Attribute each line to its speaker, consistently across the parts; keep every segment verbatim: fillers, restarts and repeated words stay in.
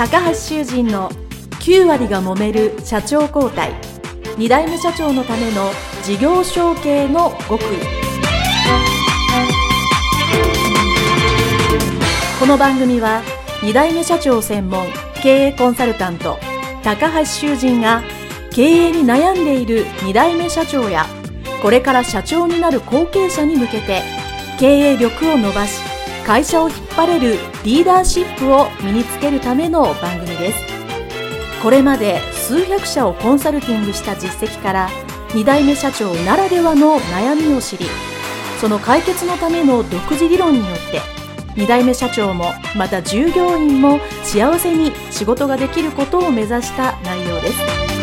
Speaker 1: 高橋修人のきゅう割が揉める社長交代、に代目社長のための事業承継の極意。この番組はに代目社長専門経営コンサルタント高橋修人が経営に悩んでいるに代目社長やこれから社長になる後継者に向けて経営力を伸ばし会社を引っ張れるリーダーシップを身につけるための番組です。これまで数百社をコンサルティングした実績からに代目社長ならではの悩みを知り、その解決のための独自理論によってに代目社長もまた従業員も幸せに仕事ができることを目指した内容です。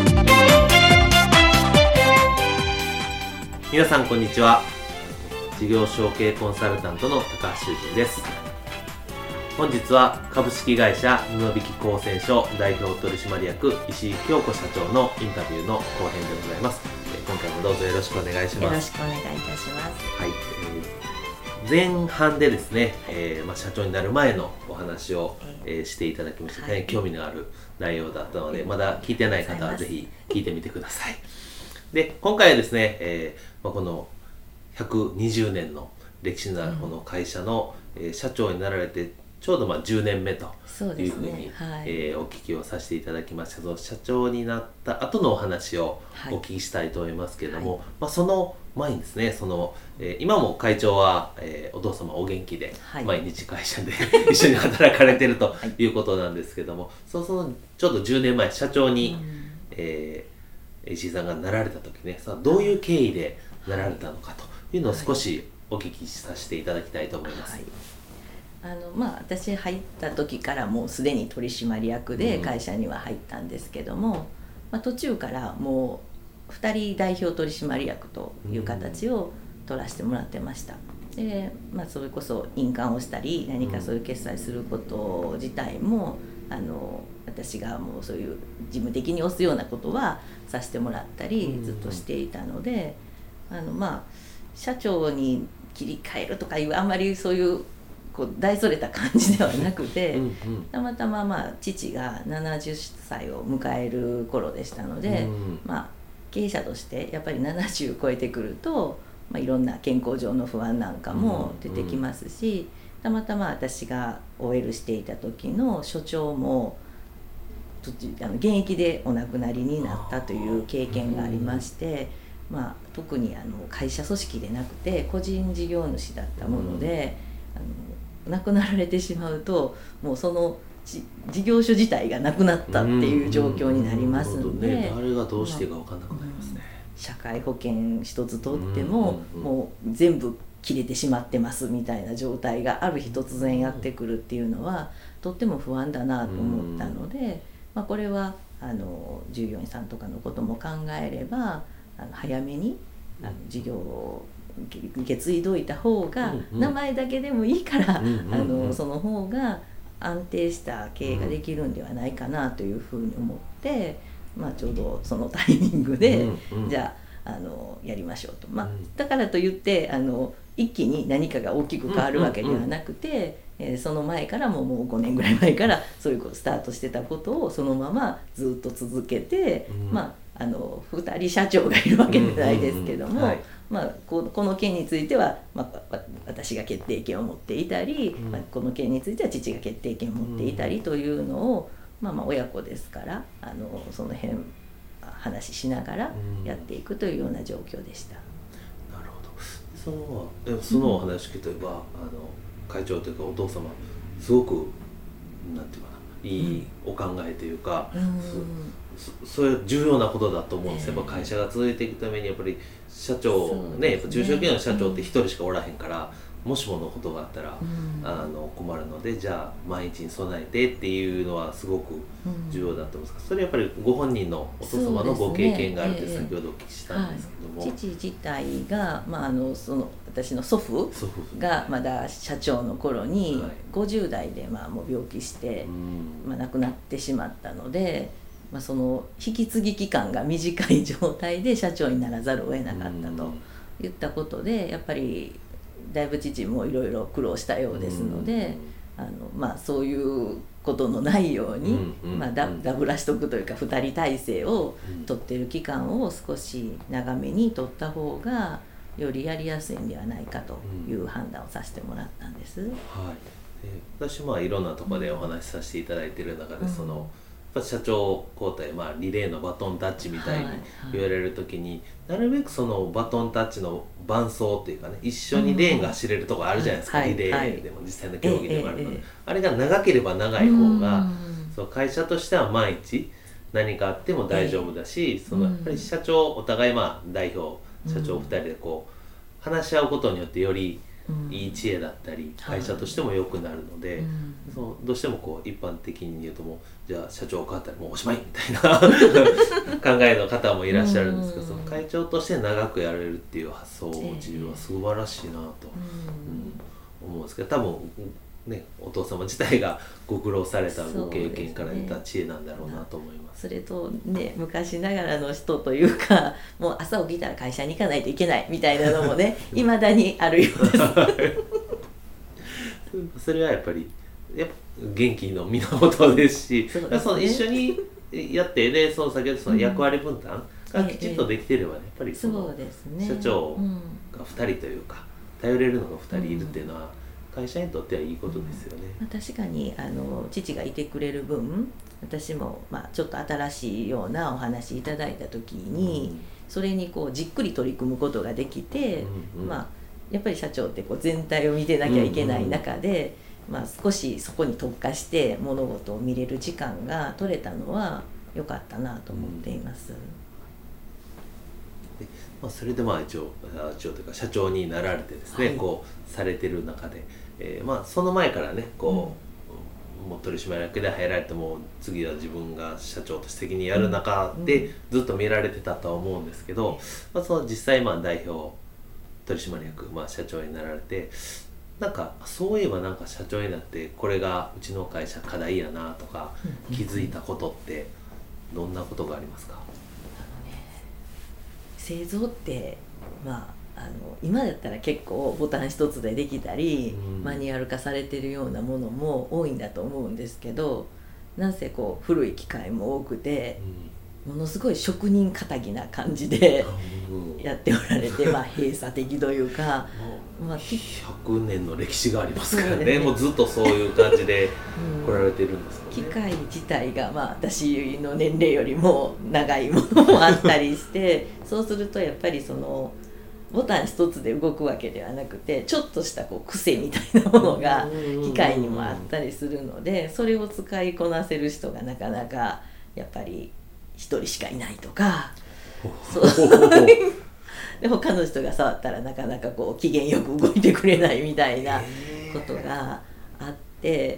Speaker 2: 皆さんこんにちは。事業承継コンサルタントの高橋修人です。本日は株式会社布引高専所代表取締役石井京子社長のインタビューの後編でございます。今回もどうぞよろしくお願いします。
Speaker 3: よろしくお願いいたします。
Speaker 2: はい、えー、前半でですね、えーまあ、社長になる前のお話を、えー、していただきまして、大変興味のある内容だったので、まだ聞いてない方はぜひ聞いてみてください。で、今回はですね、えーまあ、このひゃくにじゅうねんの歴史のあるこの会社の、うんえー、社長になられてちょうどまあじゅうねんめというふうに、ねはいえー、お聞きをさせていただきました。その社長になった後のお話をお聞きしたいと思いますけれども、はいまあ、その前にですね、その、えー、今も会長は、えー、お父様お元気で、はい、毎日会社で一緒に働かれているということなんですけども、はい、そそのちょうどじゅうねんまえ社長に、うんえー、石井さんがなられた時ね、さあどういう経緯でなられたのかというのを少しお聞きさせていただきたいと思います。はい
Speaker 3: あのまあ、私入った時からもうすでに取締役で会社には入ったんですけども、うんまあ、途中からもうふたり代表取締役という形を取らせてもらってました。で、まあ、それこそ印鑑をしたり何かそういう決済すること自体もあの私がもうそういう事務的に押すようなことはさせてもらったりずっとしていたので、あのまあ社長に切り替えるとかいうあんまりそういうこう大それた感じではなくてうん、うん、たまたま、まあ、父がななじゅっさいを迎える頃でしたので、うんまあ、経営者としてやっぱりななじゅう超えてくると、まあ、いろんな健康上の不安なんかも出てきますし、うんうん、たまたま私が オーエル していた時の所長もあの現役でお亡くなりになったという経験がありまして、うんまあ、特にあの会社組織でなくて個人事業主だったもので、うん、あの亡くなられてしまうともうその事業所自体がなくなったっていう状況になりますので、
Speaker 2: ね、誰がどうしていいか分かんなくなりますね、まあ、
Speaker 3: 社会保険一つ取っても、うんうんうん、もう全部切れてしまってますみたいな状態がある日突然やってくるっていうのはとっても不安だなと思ったので、うんまあ、これはあの従業員さんとかのことも考えればあの早めにあの事業を受け継いどいた方が、うんうん、名前だけでもいいから、うんうんうん、あのその方が安定した経営ができるんではないかなというふうに思って、まあ、ちょうどそのタイミングで、うんうん、じゃあ、あのやりましょうと、まあ、だからといってあの一気に何かが大きく変わるわけではなくて、うんうんうんえー、その前からももうごねんぐらい前からそういうスタートしてたことをそのままずっと続けて、うん、まああのふたり社長がいるわけじゃないですけども、うんうんうんはいまあ、こ, この件については、まあ、私が決定権を持っていたり、うんまあ、この件については父が決定権を持っていたりというのを、うんまあ、まあ親子ですからあのその辺話ししながらやっていくというような状況でした。
Speaker 2: うん、なるほど。そのでもそのお話聞いてば、うん、あの会長というかお父様すごくなんていうかないいお考えというか、うん、そ, そういう重要なことだと思うんですよ、えー、やっぱ会社が続いていくためにやっぱり社長 ね, ねやっぱ中小企業の社長って一人しかおらへんから、うん、もしものことがあったら、うん、あの困るのでじゃあ毎日に備えてっていうのはすごく重要だと思うんですけど、それやっぱりご本人のお父様のご経験があるって先ほどお聞きしたんですけども、
Speaker 3: はい、父自体が、まあ、あのその私の祖父がまだ社長の頃にごじゅう代でまあもう病気して、まあ、亡くなってしまったので、まあ、その引き継ぎ期間が短い状態で社長にならざるを得なかったといったことでやっぱりだいぶ父もいろいろ苦労したようですので、ああの、まあ、そういうことのないように、
Speaker 2: うんうん
Speaker 3: まあ、ダ, ダブらしとくというかふたり体制を取ってる期間を少し長めに取った方がよりやりやすいんではないかという判断をさせてもらったんです。
Speaker 2: はい、えー私まあいろんなところでお話しさせていただいている中で、うん、そのやっぱ社長交代、まあ、リレーのバトンタッチみたいに言われる時に、はいはい、なるべくそのバトンタッチの伴走っていうかね、一緒にレーンが走れるところあるじゃないですか、うん、リレーでも実際の競技でもあるので、あれが長ければ長い方が、うん、その会社としては万一何かあっても大丈夫だし、そのやっぱり社長お互いまあ代表社長ふたりでこう話し合うことによってよりいい知恵だったり会社としても良くなるので、そのどうしてもこう一般的に言うともうじゃあ社長変わったらもうおしまいみたいな考えの方もいらっしゃるんですけど、その会長として長くやれるっていう発想自由は素晴らしいなと、うん、思うんですけど、多分ね、お父様自体がご苦労されたご経験から出た知恵なんだろうなと思います。
Speaker 3: それとね、昔ながらの人というか、もう朝起きたら会社に行かないといけないみたいなのもねいまだにあるよう
Speaker 2: ですそれはやっぱりやっぱ元気の源ですし、そですね、その一緒にやってで、その先ほどその役割分担がきちんとできていれば、ね、やっぱりその
Speaker 3: そうですね、
Speaker 2: 社長がふたりというか頼れるのがふたりいるっていうのは、会社にとってはいいことですよね。
Speaker 3: うん、確かにあの父がいてくれる分、私も、まあ、ちょっと新しいようなお話いただいた時に、うん、それにこうじっくり取り組むことができて、うんうん、まあ、やっぱり社長ってこう全体を見てなきゃいけない中で、うんうん、まあ、少しそこに特化して物事を見れる時間が取れたのは良かったなと思っています。うん、
Speaker 2: まあ、それでまあ一応、一応というか社長になられてですね、はい、こうされてる中で、えー、まあその前からねこう、うん、もう取締役で入られても次は自分が社長として責任やる中でずっと見られてたとは思うんですけど、うん、まあ、その実際まあ代表取締役、まあ、社長になられて、なんかそういえばなんか社長になってこれがうちの会社課題やなとか気づいたことってどんなことがありますか？
Speaker 3: 製造って、まあ、あの今だったら結構ボタン一つでできたり、うん、マニュアル化されてるようなものも多いんだと思うんですけど、なんせこう古い機械も多くて、うん、ものすごい職人かたぎな感じでやっておられて、まあ、閉鎖的というか、まあ、
Speaker 2: ひゃくねんの歴史がありますからね、もうずっとそういう感じで来られてるんですよね。
Speaker 3: 機械自体が、まあ、私の年齢よりも長いものもあったりしてそうするとやっぱりそのボタン一つで動くわけではなくて、ちょっとしたこう癖みたいなものが機械にもあったりするので、それを使いこなせる人がなかなかやっぱり一人しかいないとかそうで他の人が触ったらなかなかこう機嫌よく動いてくれないみたいなことがあって、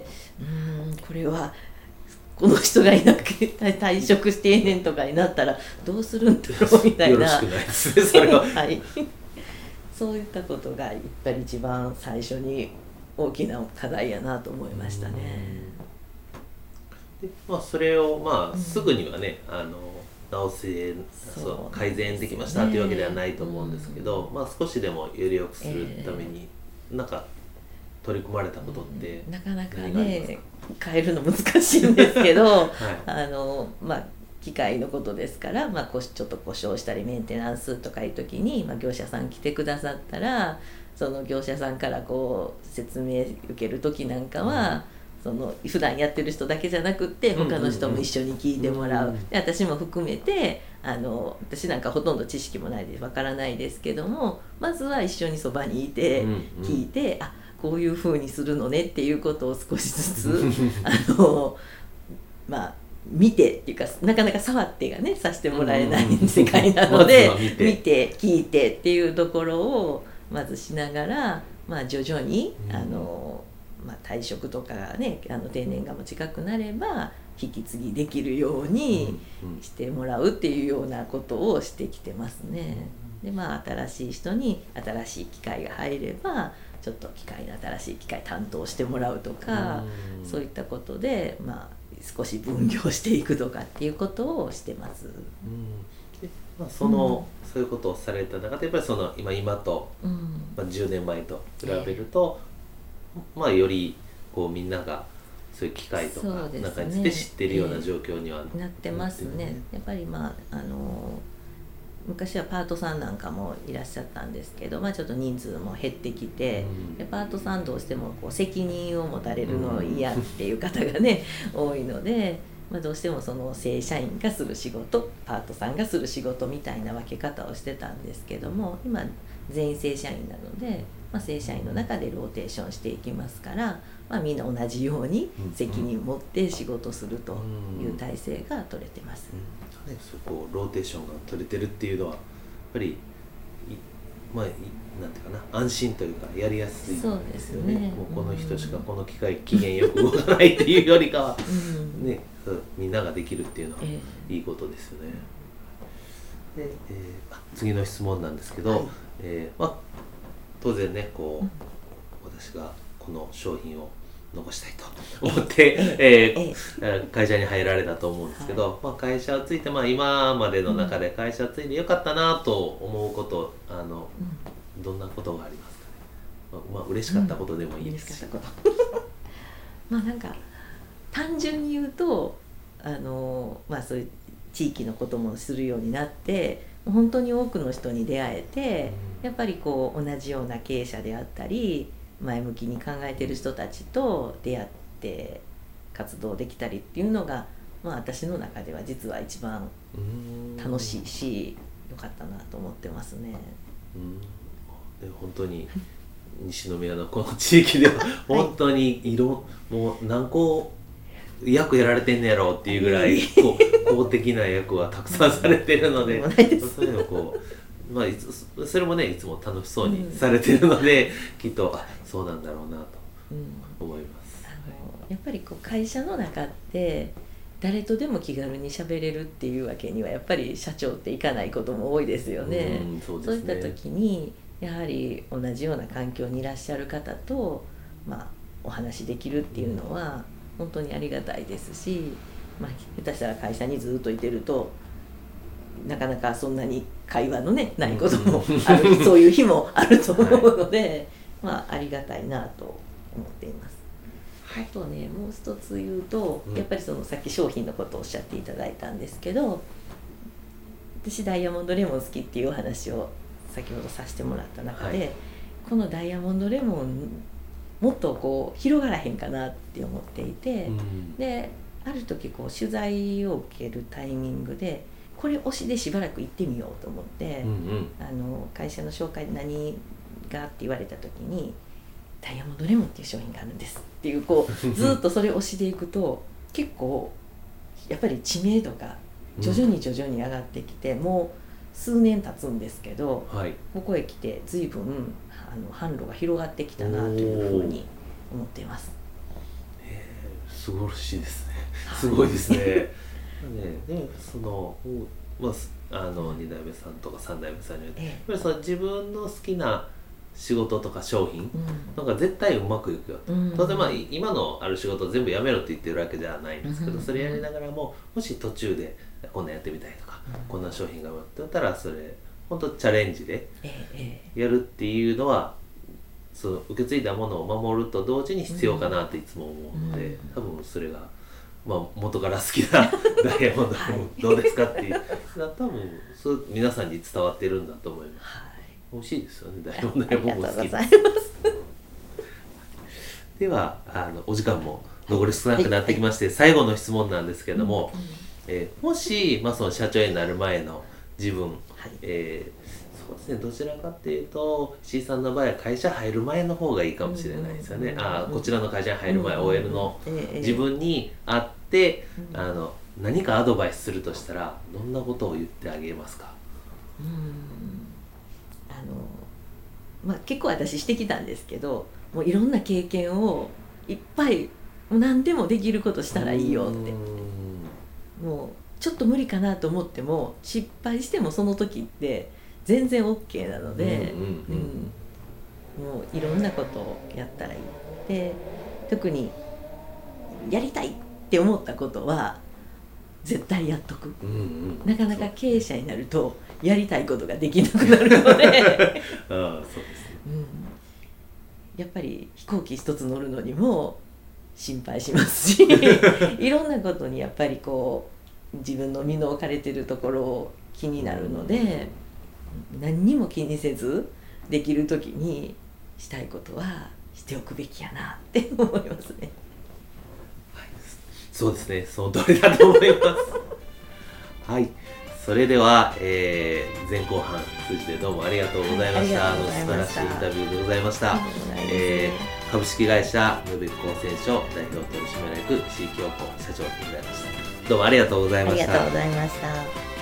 Speaker 3: うーんこれはこの人がいなくて退職して定年とかになったらどうするんだろうみたいな。
Speaker 2: よろしくないですねそれは、
Speaker 3: はい、そういったことがやっぱり一番最初に大きな課題やなと思いましたね。
Speaker 2: で、まあ、それをまあすぐにはね、うん、あの直せそう改善できましたというわけではないと思うんですけど、うん、まあ、少しでもより良くするために、えー、なんか取り組まれたことって、
Speaker 3: うん、なかなかね変えるの難しいんですけど、はい、あのまあ機械のことですから、まあ、ちょっと故障したりメンテナンスとかいう時に、まあ、業者さん来てくださったらその業者さんからこう説明受ける時なんかは、うん、その普段やってる人だけじゃなくって他の人も一緒に聞いてもらう、で私も含めてあの私なんかほとんど知識もないでわからないですけども、まずは一緒にそばにいて聞いて、うんうん、あこういう風にするのねっていうことを少しずつあのまあ見てっていうかなかなか触ってがねさせてもらえない世界なので、うんうん、見て、見て聞いてっていうところをまずしながら、まあ、徐々に、うん、あのまあ、退職とかねあの定年がも近くなれば引き継ぎできるようにしてもらうっていうようなことをしてきてますね。でまあ新しい人に新しい機械が入ればちょっと機械の新しい機械担当してもらうとか、うん、そういったことで、まあ、少し分業していくとかっていうことをしてます。うん、
Speaker 2: でまあ、その、うん、そういうことをされた中でやっぱりその 今, 今と、
Speaker 3: うん
Speaker 2: まあ、じゅうねんまえと比べると、えーまあ、よりこうみんながそういう機会とか
Speaker 3: そうですね
Speaker 2: 中について知ってるような状況には、
Speaker 3: なってますね。やっぱりまああの昔はパートさんなんかもいらっしゃったんですけど、まあ、ちょっと人数も減ってきて、うん、でパートさんどうしてもこう責任を持たれるの嫌っていう方がね、うん、多いので、まあ、どうしてもその正社員がする仕事パートさんがする仕事みたいな分け方をしてたんですけども、今全員正社員なので、まあ、正社員の中でローテーションしていきますから、まあ、みんな同じように責任を持って仕事するという体制が取れてます。うん
Speaker 2: うんね、そこローテーションが取れてるっていうのはやっぱりまあなんていうかな、安心というかやりやすいですよね。
Speaker 3: そうですね。
Speaker 2: もうこの人しかこの機械機嫌よく動かないっていうよりかは、うん、ね、みんなができるっていうのはいいことですよね。えー、で、えー、次の質問なんですけど、はい、えーまあ、当然ねこう、うん、私がこの商品を残したいと思って、えーえー、会社に入られたと思うんですけど、はい、まあ、会社をついて、まあ、今までの中で会社をついてよかったなと思うこと、あの、うん、どんなことがありますかね。まあ、まあ、嬉しかったことでもいいですし、うん、嬉しかったこと
Speaker 3: まあなんか単純に言うとあの、まあ、そういう地域のこともするようになって本当に多くの人に出会えて、うん、やっぱりこう同じような経営者であったり前向きに考えてる人たちと出会って活動できたりっていうのが、まあ、私の中では実は一番楽しいし良かったなと思ってますね。
Speaker 2: うん、で本当に西宮のこの地域では本当に色、はい、もう何個役やられてんねやろうっていうぐらいこう公的な役はたくさんされてるのでそういうのこう、まあ、いつそれもねいつも楽しそうにされてるので、うん、きっとあそうなんだろうなと思います。
Speaker 3: うん、あのやっぱりこう会社の中って誰とでも気軽に喋れるっていうわけにはやっぱり社長っていかないことも多いですよね。うん、そうですね。そういった時にやはり同じような環境にいらっしゃる方と、まあ、お話できるっていうのは本当にありがたいですし、まあ、下手したら会社にずっといてるとなかなかそんなに会話のねないこともあるそういう日もあると思うので、はい、まあ、ありがたいなと思っています。あとねもう一つ言うと、やっぱりそのさっき商品のことをおっしゃっていただいたんですけど、私ダイヤモンドレモン好きっていうお話を先ほどさせてもらった中で、はい、このダイヤモンドレモンもっとこう広がらへんかなって思っていて、うん、である時こう取材を受けるタイミングでこれ推しでしばらく行ってみようと思って、うんうん、あの会社の紹介で何がって言われた時にダイヤモンドレモンっていう商品があるんですっていうこうずっとそれ推しでいくと結構やっぱり知名度が徐々に徐々に上がってきて、うん、もう数年経つんですけど、はい、ここへ来て随分あの販路が広がってきたなというふうに思っています。
Speaker 2: えー、すごいしいですね。すごいですね。ねでその、まあ、あのに代目さんとかさん代目さんによって、ええ、やっぱりその自分の好きな仕事とか商品なんか絶対うまくいくよと、うん、当然まあ今のある仕事を全部やめろって言ってるわけではないんですけど、うん、それやりながらももし途中でこんなんやってみたいとか、うん、こんな商品があってたらそれ本当チャレンジでやるっていうのは、その受け継いだものを守ると同時に必要かなっていつも思うので、うん、多分それが、まあ、元から好きなダイヤモンドどうですかっていう多分そう皆さんに伝わってるんだと思います。はい、美味しいですよね、ダイヤモンドレモンも好きです。ではあのお時間も残り少なくなってきまして、はい、最後の質問なんですけれども、うん、えー、もし、まあ、その社長になる前の自分、はい、えー、そうですね、どちらかっていうと石井さんの場合は会社入る前の方がいいかもしれないですよね。うん、あこちらの会社に入る前、うん、オーエル の自分に会って、うん、あの何かアドバイスするとしたらどんなことを言ってあげますか？うん、
Speaker 3: あのまあ、結構私してきたんですけど、もういろんな経験をいっぱいもう何でもできることしたらいいよって、もうちょっと無理かなと思っても失敗してもその時って全然 OK なので、うんうんうんうん、もういろんなことをやったらいい。で特にやりたいって思ったことは絶対やっとく、うんうん、なかなか経営者になるとやりたいことができなくなるのでああそうですね、うん、やっぱり飛行機一つ乗るのにも心配しますしいろんなことにやっぱりこう自分の身の置かれてるところを気になるので、何にも気にせずできる時にしたいことはしておくべきやなって思いますね。
Speaker 2: はい、そうですね、その通りだと思いますはい、それでは、えー、前後半通じてどうもありがとうございました。はい、あの素晴らしいインタビューでございました。えー、株式会社ムーベック厚生所代表取締役石井京子社長でございました。どうもありがとうございました。
Speaker 3: ありがとうございました。